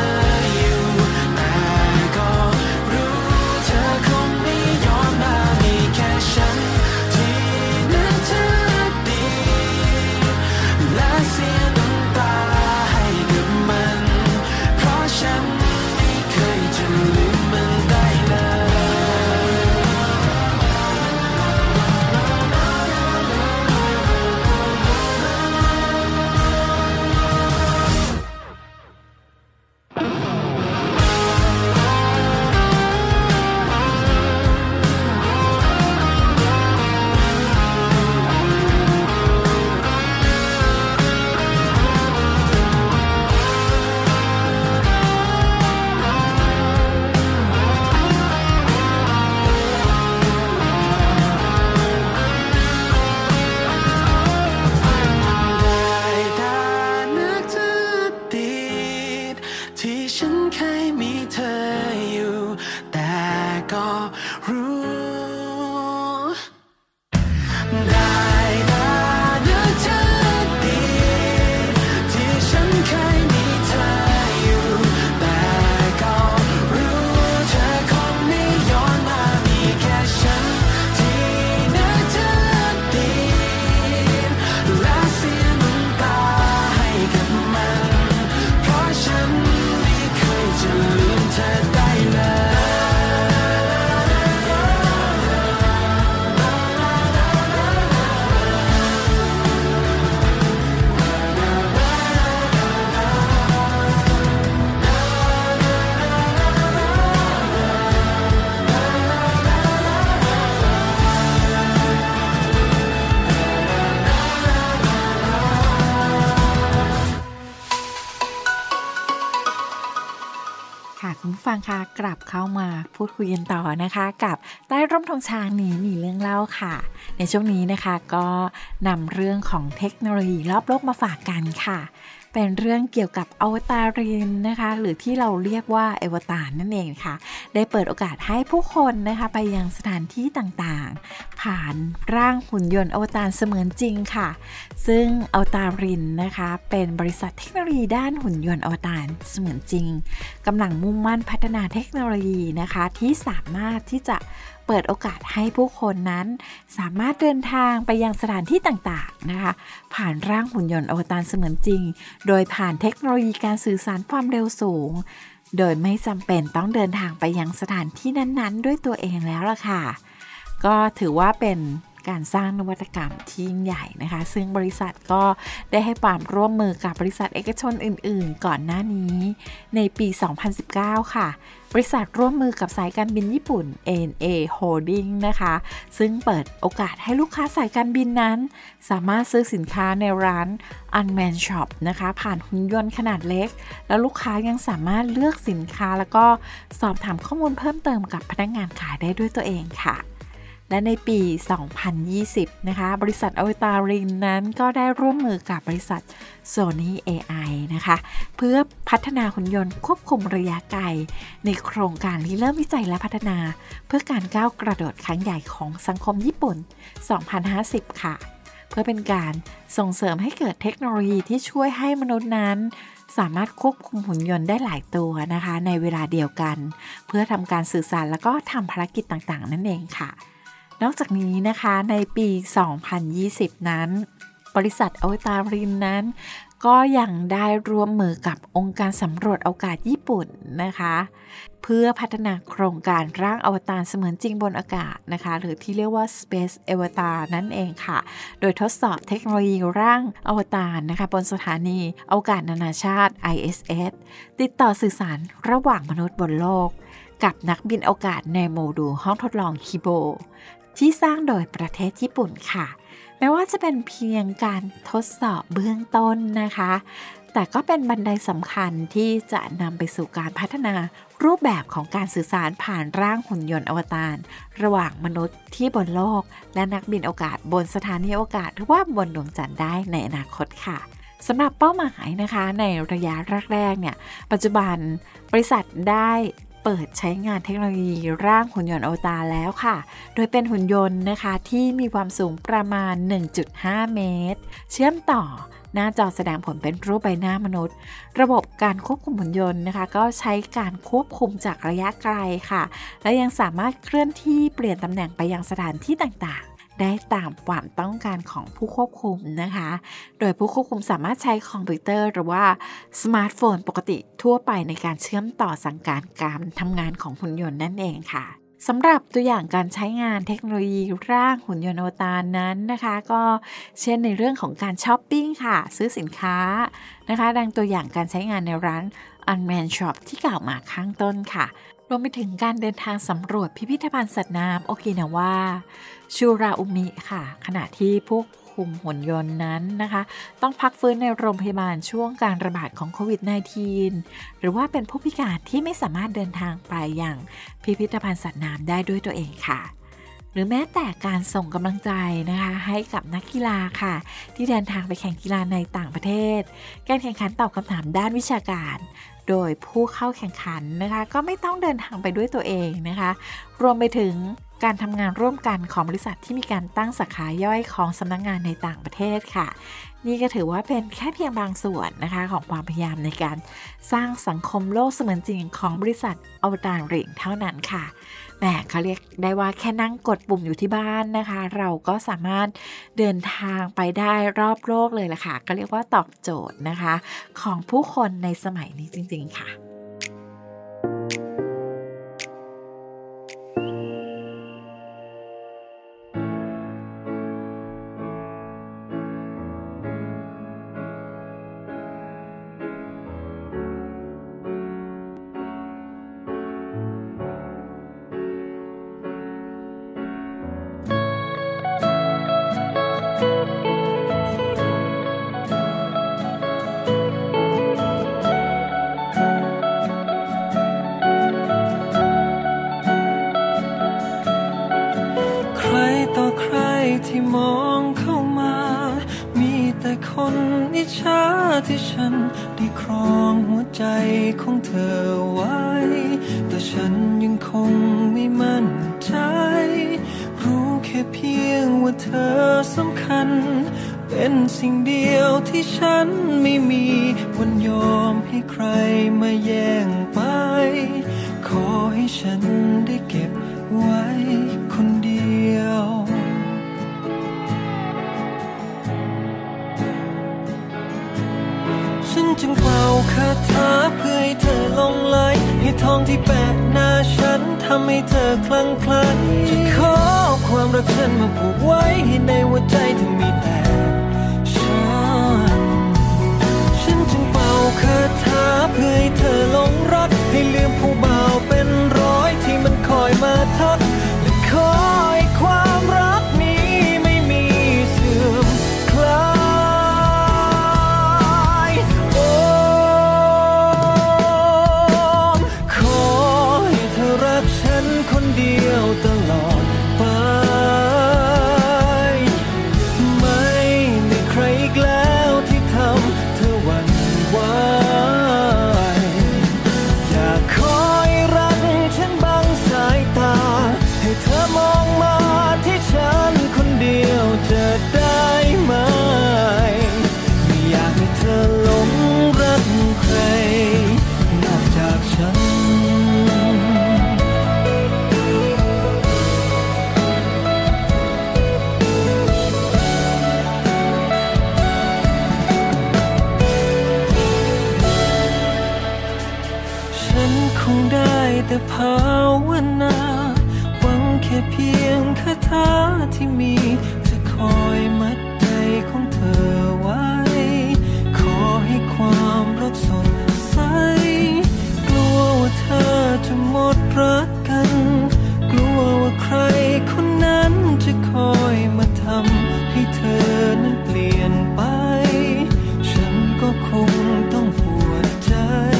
ที่ฉันเคยมีเธออยู่แต่ก็รู้ได้แต่นึกถึงดีที่ฉันเคยมีเธออยู่แต่ก็รู้เธอคงไม่ย้อนมามีแค่ฉันที่นึกถึงดีและเสียน้ำตาให้กับมันเพราะฉันไม่เคยจะลืมเธอได้เลยคุณฟังค่ะกลับเข้ามาพูดคุยกันต่อนะคะกับใต้ร่มธงช้างนี้มีเรื่องเล่าค่ะในช่วงนี้นะคะก็นำเรื่องของเทคโนโลยีรอบโลกมาฝากกันค่ะเป็นเรื่องเกี่ยวกับอวตารรินนะคะหรือที่เราเรียกว่าอวตารนั่นเองค่ะได้เปิดโอกาสให้ผู้คนนะคะไปยังสถานที่ต่างๆผ่านร่างหุ่นยนต์อวตารเสมือนจริงค่ะซึ่งอวตารรินนะคะเป็นบริษัทเทคโนโลยีด้านหุ่นยนต์อวตารเสมือนจริงกำลังมุ่งมั่นพัฒนาเทคโนโลยีนะคะที่สามารถที่จะเปิดโอกาสให้ผู้คนนั้นสามารถเดินทางไปยังสถานที่ต่างๆนะคะผ่านร่างหุ่นยนต์อวตารเสมือนจริงโดยผ่านเทคโนโลยีการสื่อสารความเร็วสูงโดยไม่จำเป็นต้องเดินทางไปยังสถานที่นั้นๆด้วยตัวเองแล้วล่ะค่ะก็ถือว่าเป็นการสร้างนวัตกรรมที่ยิ่งใหญ่นะคะซึ่งบริษัทก็ได้ให้ความร่วมมือกับบริษัทเอกชนอื่นๆก่อนหน้านี้ในปี สองพันสิบเก้า ค่ะบริษัทร่วมมือกับสายการบินญี่ปุ่น เอ็น เอ Holding นะคะซึ่งเปิดโอกาสให้ลูกค้าสายการบินนั้นสามารถซื้อสินค้าในร้าน Unmanned Shop นะคะผ่านหุ่นยนต์ขนาดเล็กแล้วลูกค้ายังสามารถเลือกสินค้าแล้วก็สอบถามข้อมูลเพิ่มเติมกับพนักงานขายได้ด้วยตัวเองค่ะและในปี สองพันยี่สิบ นะคะบริษัทอวตารรินนั้นก็ได้ร่วมมือกับบริษัท Sony เอ ไอ นะคะเพื่อพัฒนาหุ่นยนต์ควบคุมระยะไกลในโครงการที่เริ่มวิจัยและพัฒนาเพื่อการก้าวกระโดดครั้งใหญ่ของสังคมญี่ปุ่น สองพันห้าสิบ ค่ะเพื่อเป็นการส่งเสริมให้เกิดเทคโนโลยีที่ช่วยให้มนุษย์นั้นสามารถควบคุมหุ่นยนต์ได้หลายตัวนะคะในเวลาเดียวกันเพื่อทำการสื่อสารแล้วก็ทำภารกิจต่างๆนั่นเองค่ะนอกจากนี้นะคะในปี สองพันยี่สิบ นั้นบริษัทอวตารรินนั้นก็ยังได้ร่วมมือกับองค์การสำรวจอวกาศญี่ปุ่นนะคะเพื่อพัฒนาโครงการร่างอวตารเสมือนจริงบนอากาศนะคะหรือที่เรียกว่า Space Avatar นั่นเองค่ะโดยทดสอบเทคโนโลยีร่างอวตารนะคะบนสถานีอวกาศนานาชาติ ไอ เอส เอส ติดต่อสื่อสารระหว่างมนุษย์บนโลกกับนักบินอวกาศในโมดูลห้องทดลองคิโบที่สร้างโดยประเทศญี่ปุ่นค่ะแม้ว่าจะเป็นเพียงการทดสอบเบื้องต้นนะคะแต่ก็เป็นบันไดสำคัญที่จะนำไปสู่การพัฒนารูปแบบของการสื่อสารผ่านร่างหุ่นยนต์อวตารระหว่างมนุษย์ที่บนโลกและนักบินอวกาศบนสถานีอวกาศหรือว่าบนดวงจันทร์ได้ในอนาคตค่ะสำหรับเป้าหมายนะคะในระยะแรกๆเนี่ยปัจจุบันบริษัทได้เปิดใช้งานเทคโนโลยีร่างหุ่นยนต์อวตารแล้วค่ะโดยเป็นหุ่นยนต์นะคะที่มีความสูงประมาณ หนึ่งจุดห้า เมตรเชื่อมต่อหน้าจอแสดงผลเป็นรูปใบหน้ามนุษย์ระบบการควบคุมหุ่นยนต์นะคะก็ใช้การควบคุมจากระยะไกลค่ะและยังสามารถเคลื่อนที่เปลี่ยนตำแหน่งไปยังสถานที่ต่างๆได้ตามความต้องการของผู้ควบคุมนะคะโดยผู้ควบคุมสามารถใช้คอมพิวเตอร์หรือว่าสมาร์ทโฟนปกติทั่วไปในการเชื่อมต่อสั่งการการทำงานของหุ่นยนต์นั่นเองค่ะสำหรับตัวอย่างการใช้งานเทคโนโลยีร่างหุ่นยนต์อวตารนั้นนะคะก็เช่นในเรื่องของการช้อปปิ้งค่ะซื้อสินค้านะคะดังตัวอย่างการใช้งานในร้าน Unmanned Shop ที่กล่าวมาข้างต้นค่ะรวมไปถึงการเดินทางสำรวจพิพิธภัณฑ์สัตว์น้ำโอกินาวาชูราอุมิค่ะขณะที่พวกคุมหุ่นยนต์นั้นนะคะต้องพักฟื้นในโรงพยาบาลช่วงการระบาดของโควิด สิบเก้า หรือว่าเป็นผู้พิการที่ไม่สามารถเดินทางไปอย่างพิพิธภัณฑ์สัตว์น้ำได้ด้วยตัวเองค่ะหรือแม้แต่การส่งกำลังใจนะคะให้กับนักกีฬาค่ะที่เดินทางไปแข่งกีฬาในต่างประเทศการแข่งขันตอบคำถามด้านวิชาการโดยผู้เข้าแข่งขันนะคะก็ไม่ต้องเดินทางไปด้วยตัวเองนะคะรวมไปถึงการทำงานร่วมกันของบริษัทที่มีการตั้งสาขาย่อยของสำนักงานในต่างประเทศค่ะนี่ก็ถือว่าเป็นแค่เพียงบางส่วนนะคะของความพยายามในการสร้างสังคมโลกเสมือนจริงของบริษัทอวตารริงเท่านั้นค่ะแหมเขาเรียกได้ว่าแค่นั่งกดปุ่มอยู่ที่บ้านนะคะเราก็สามารถเดินทางไปได้รอบโลกเลยล่ะค่ะก็เรียกว่าตอบโจทย์นะคะของผู้คนในสมัยนี้จริงๆค่ะที่มองเข้ามามีแต่คนอิจฉาที่ฉันได้ครองหัวใจของเธอไว้แต่ฉันยังคงไม่มั่นใจรู้แค่เพียงว่าเธอสำคัญเป็นสิ่งเดียวที่ฉันไม่มีวันยอมให้ใครมาแย่งไปขอให้ฉันได้เก็บไว้คนเดียวฉันจึงเป่าคาถาเพื่อให้เธอหลงไหลให้ทองที่แปะหน้าฉันทำให้เธอคลั่งไคล้จะขอความรักฉันมาผูกไว้ให้ในหัวใจเธอมีแต่ฉันฉันจึงเป่าคาถาเพื่อให้เธอหลงรักให้ลืมผู้บ่าวเป็นร้อยที่มันคอยมาทักและขอให้ความรักนี้ไม่มีเสื่อมคลายคนเดียวตลอดไปไม่มีใครอีกแล้วที่ทำเธอหวั่นไหวอยากคอยรักฉันบังสายตาให้เธอมองมาที่ฉันคนเดียวจะได้ไหมไม่อยากให้เธอหลงรักใครนอกจากฉันคงได้แต่ภาวนาหวังแค่เพียงคาถาที่มีจะคอยมัดใจของเธอไว้ขอให้ความรักสดใสกลัวว่าเธอจะหมดรักกันกลัวว่าใครคนนั้นจะคอยมาทำให้เธอนั้นเปลี่ยนไปฉันก็คงต้องปวดใจ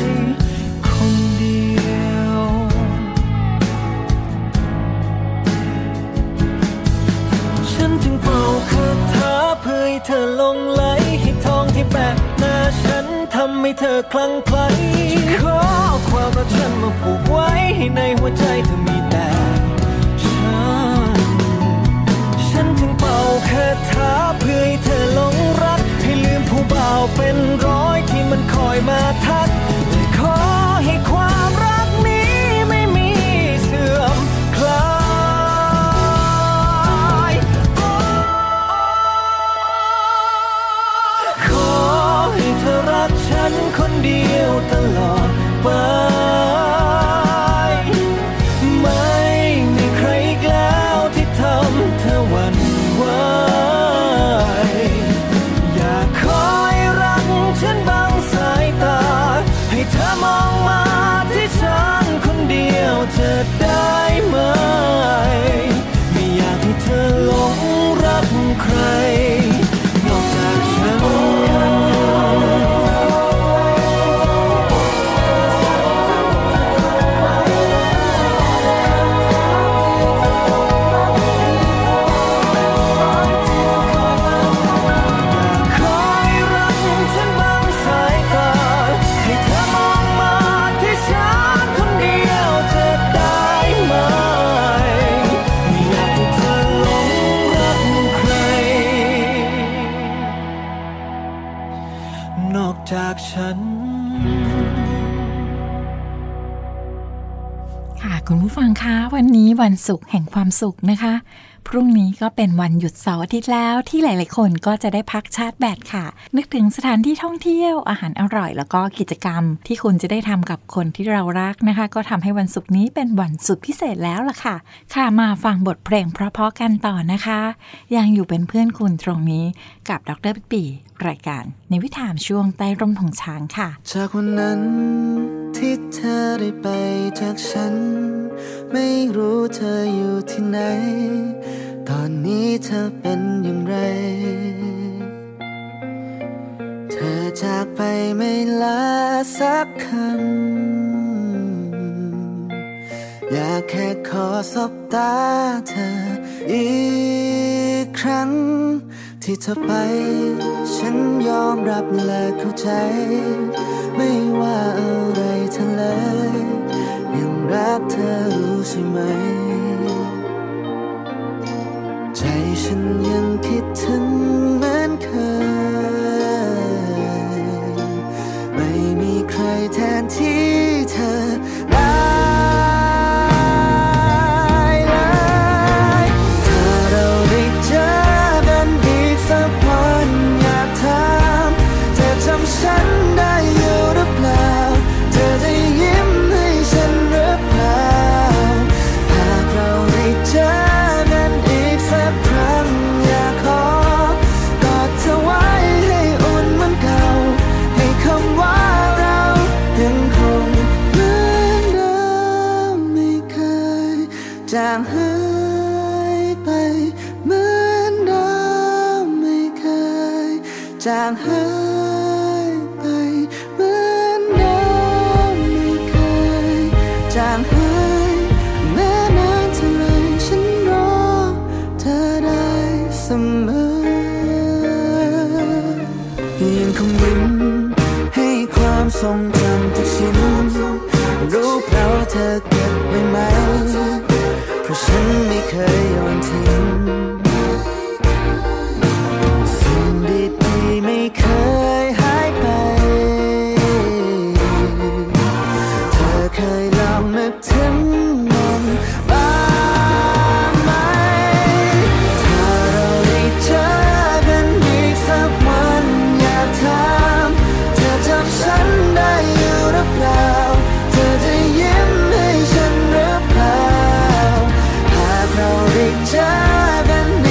เพื่อให้เธอหลงไหลให้ทองที่แปะหน้าฉันทำให้เธอคลั่งไคล้ขอความรักฉันมาผูกไว้ให้ในหัวใจเธอมีแต่ฉันฉันจึงเป่าคาถาเพื่อให้เธอหลงรักให้ลืมผู้บ่าวเป็นร้อยที่มันคอยมาทักและขอให้ความรักนี้ไม่มีเสื่อมคลายรักฉันคนเดียวตลอดไปไม่มีใครอีกแล้วที่ทำเธอหวั่นไหวอยากคอยรักฉันบังสายตาให้เธอมองมาที่ฉันคนเดียวจะได้ไหมไม่อยากให้เธอหลงรักใครนอกจากฉันคุณผู้ฟังคะวันนี้วันศุกร์แห่งความสุขนะคะพรุ่งนี้ก็เป็นวันหยุดเสาร์อาทิตย์แล้วที่หลายๆคนก็จะได้พักชาร์จแบตค่ะนึกถึงสถานที่ท่องเที่ยวอาหารอร่อยแล้วก็กิจกรรมที่คุณจะได้ทำกับคนที่เรารักนะคะก็ทำให้วันศุกร์นี้เป็นวันสุดพิเศษแล้วล่ะค่ะค่ะมาฟังบทเพลงเพราะๆกันต่อนะคะยังอยู่เป็นเพื่อนคุณตรงนี้กับดร.ปีรายการในวิถีช่วงใต้ร่มธงช้างค่ะจากวันนั้นที่เธอได้ไปจากฉันไม่รู้เธออยู่ที่ไหนตอนนี้เธอเป็นอย่างไรเธอจากไปไม่ลาสักคำอยากแค่ขอสบตาเธออีกครั้งที่เธอไปฉันยอมรับและเข้าใจไม่ว่าอะไรเธอเลยยังรักเธอรู้ใช่ไหมใจฉันยังคิดถึงเหมือนเคยไม่มีใครแทนที่เธอได้เลยถ้าเราได้เจอกันอีกสักวันอยากถามเธอจำฉันได้อยู่หรือเปล่าเธอจะยิ้มให้ฉันหรือเปล่าหากเราได้เจอกันอีกสักครั้งอยากขอกอดเธอไว้ให้อุ่นเหมือนเก่าให้คำว่าเรายังคงเหมือนเดิมไม่เคยจางหายไปเหมือนเดิมไม่เคยจางหายไปเหมือนเดิมไม่เคยจางหายแม้นานเท่าไรฉันรอเธอได้เสมอยังคงยิ้มให้ความทรงจำทุกชิ้นรู้เปล่าเธอเก็บไว้ไหมเพราะฉันไม่เคยโยนทิ้งสิ่งดีๆไม่เคยหายไปเธอเคยลองนึกถึงมันบ้างไหมถ้าเราได้เจอกันอีกสักวันอยากถามเธอจำฉันได้อยู่หรือเปล่าเธอจะยิ้มให้ฉันหรือเปล่าหากเราได้เจอกัน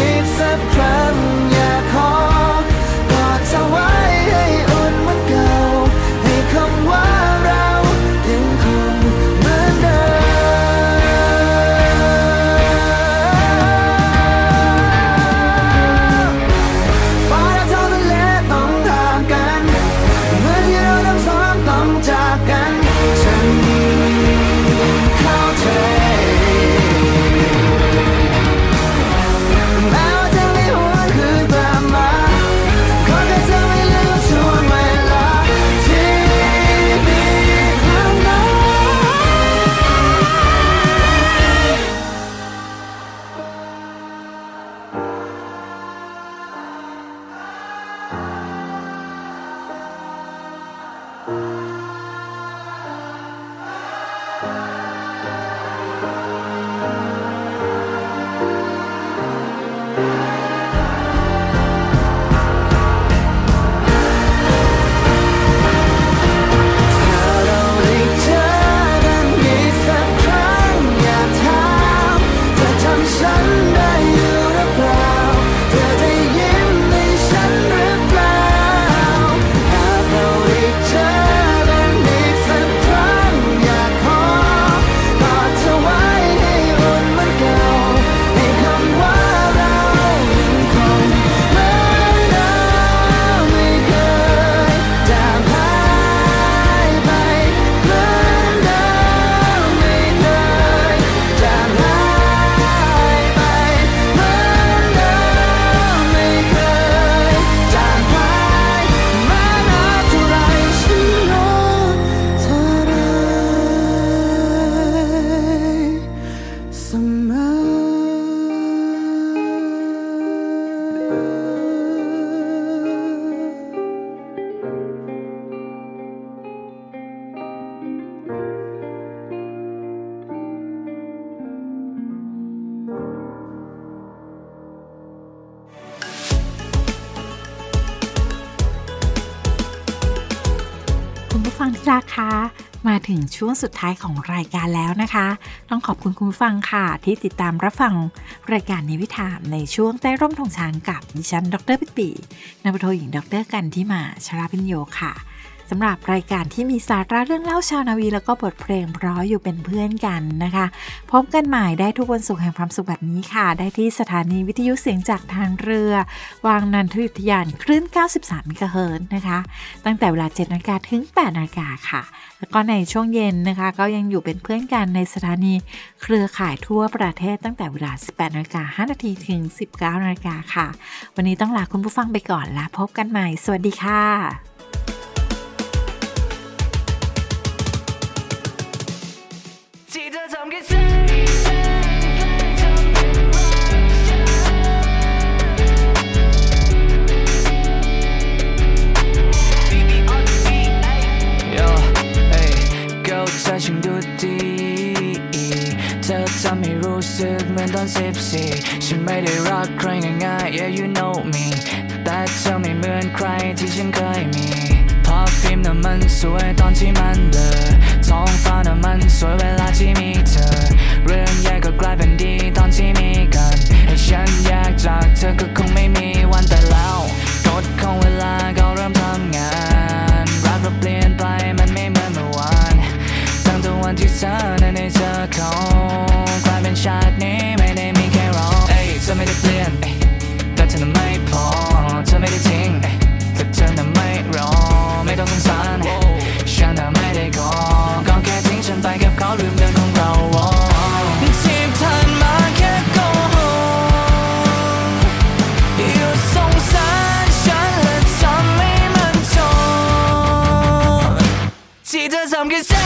รักคะมาถึงช่วงสุดท้ายของรายการแล้วนะคะต้องขอบคุณคุณผู้ฟังค่ะที่ติดตามรับฟังรายการนิวิถามในช่วงใต้ร่มธงช้างกับดิฉันดร.ปิปีนาวาโทหญิงดร.กันทิมาชลาพิญโยค่ะสำหรับรายการที่มีสาระเรื่องเล่าชาวนาวีแล้วก็บทเพลงเพราะอยู่เป็นเพื่อนกันนะคะพบกันใหม่ได้ทุกวันศุกร์แห่งความสุขแบบนี้ค่ะได้ที่สถานีวิทยุเสียงจากทางเรือวางนันทอุทยานคลื่นเก้าสิบสามเมกะเฮิรตซ์นะคะตั้งแต่เวลา เจ็ดนาฬิกา ถึง แปดนาฬิกาค่ะแล้วก็ในช่วงเย็นนะคะก็ยังอยู่เป็นเพื่อนกันในสถานีเครือข่ายทั่วประเทศตั้งแต่เวลา สิบแปดนาฬิกาห้านาที ถึง สิบเก้านาฬิกาค่ะวันนี้ต้องลาคุณผู้ฟังไปก่อนและพบกันใหม่สวัสดีค่ะฉันดูดีเธอทำให้รู้สึกเหมือนตอนสิบสี่ฉันไม่ได้รักใครง่ายๆ yeah you know me แต่เธอไม่เหมือนใครที่ฉันเคยมีภาพฟิล์มน่ะมันสวยตอนที่มันเบลอท้องฟ้าน่ะมันสวยเวลาที่มีเธอเรื่องแย่ก็กลายเป็นดีตอนที่มีกันให้ฉันแยกจากเธอก็คงไม่มีวันแต่แล้วกฎของเวลาก็เริ่มทำงานรักเราเปลี่ยนไปมันไม่เหมือนเมื่อวานวันที่เธอนั้นได้เจอเขากลายเป็นชาตินี้ไม่ได้มีแค่เราเอ้ยเธอไม่ได้เปลี่ยนเอ้ยแต่เธอนั้นไม่พอเธอไม่ได้ทิ้งเอ้ยแต่เธอนั้นไม่รอไม่ต้องสงสารฉันน่ะไม่ได้ขอก็แค่ทิ้งฉันไปกับเขาลืมเรื่องของเราที่ผ่านมาแค่โกหกอยู่สงสารฉันและทำให้มันจบที่เธอทำแค่ใจ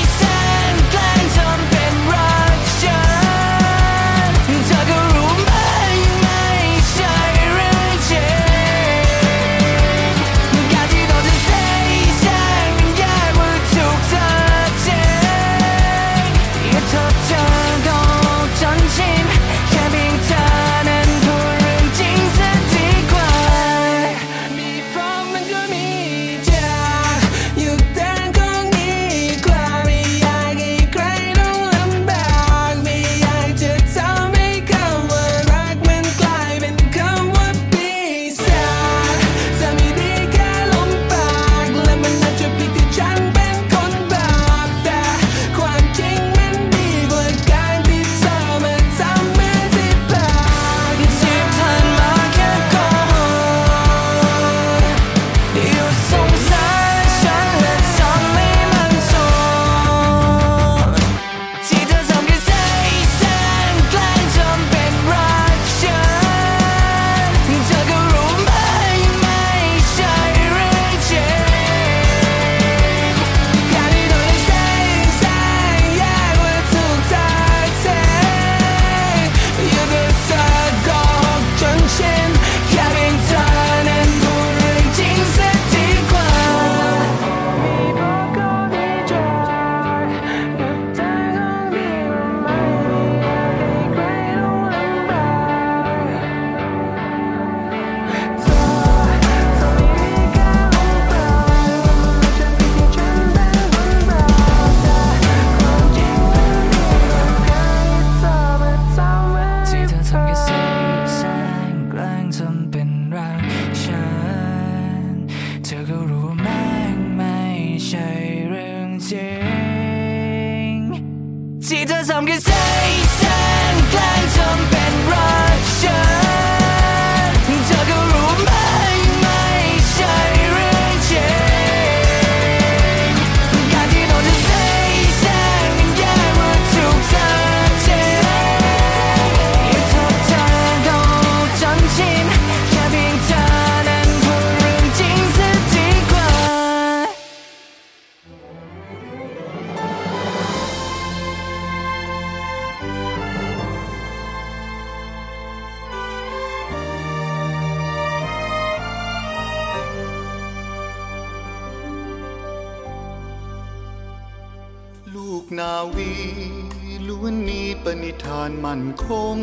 นาวีล้วนมีปณิธานมั่นคง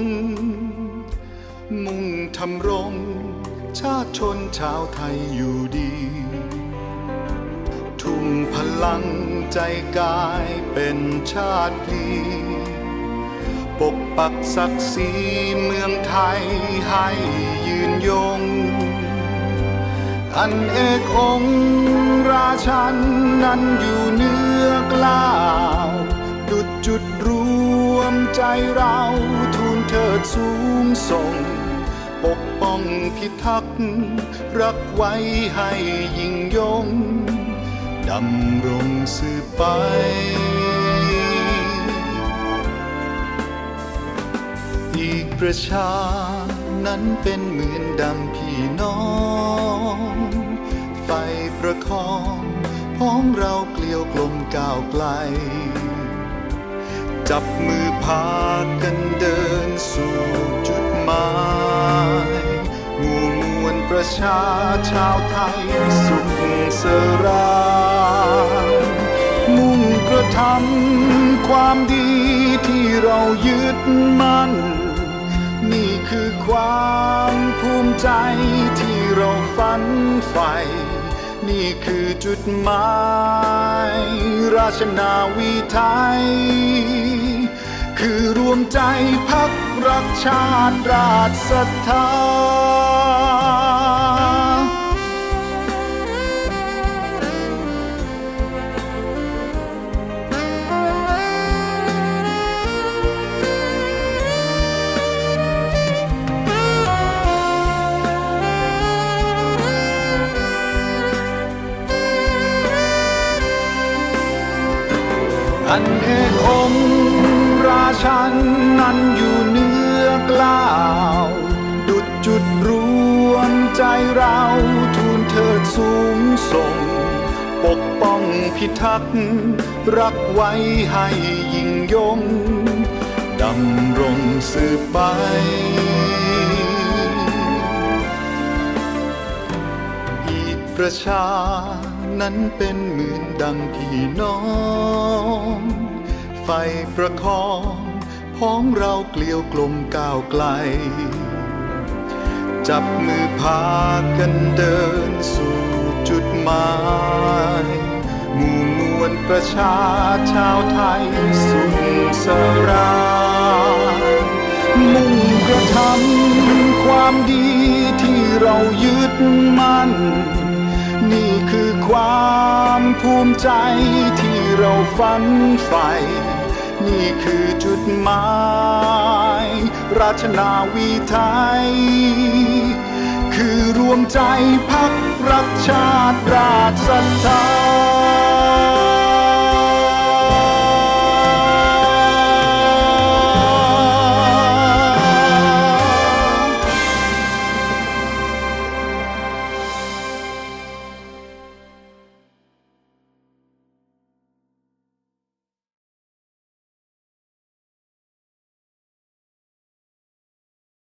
มุ่งทำรงชาติชนชาวไทยอยู่ดีทุ่งพลังใจกายเป็นชาติพลีปกปักศักดิ์ศรีเมืองไทยให้ยืนยงอันเอกองค์ราชันนั้นอยู่เหนือกล้าวดุจจุดรวมใจเราทูลเถิดสูงส่งปกป้องพิทักษ์รักไว้ให้ยิ่งยงดำรงสืบไปอีกประชานั้นเป็นเหมือนดังพี่น้องไฟประคองพ้องเราเกลียวกลมก้าวไกลจับมือพากันเดินสู่จุดหมายหมู่มวลประชาชาวไทยสุขสรายมุ่งกระทำความดีที่เรายึดมั่นนี่คือความภูมิใจที่เราฝันใฝ่นี่คือจุดหมายราชนาวีไทยคือรวมใจพักรักชาติราชศรัทธาอันเอกองค์ราชันนั้นอยู่เหนือกล้าวดุจจุดรวมใจเราทูลเถิดสูงส่งปกป้องพิทักษ์รักไว้ให้ยิ่งยงดำรงสืบไปอีกประชานั้นเป็นเหมือนดังพี่น้องไฟประคองพ้องเราเกลียวกลมก้าวไกลจับมือพากันเดินสู่จุดหมายหมู่มวลประชาชาวไทยสุขสรายมุ่งกระทำความดีที่เรายึดมั่นนี่คือความภูมิใจที่เราฝันใฝ่นี่คือจุดหมายราชนาวีไทยคือรวมใจพักรักชา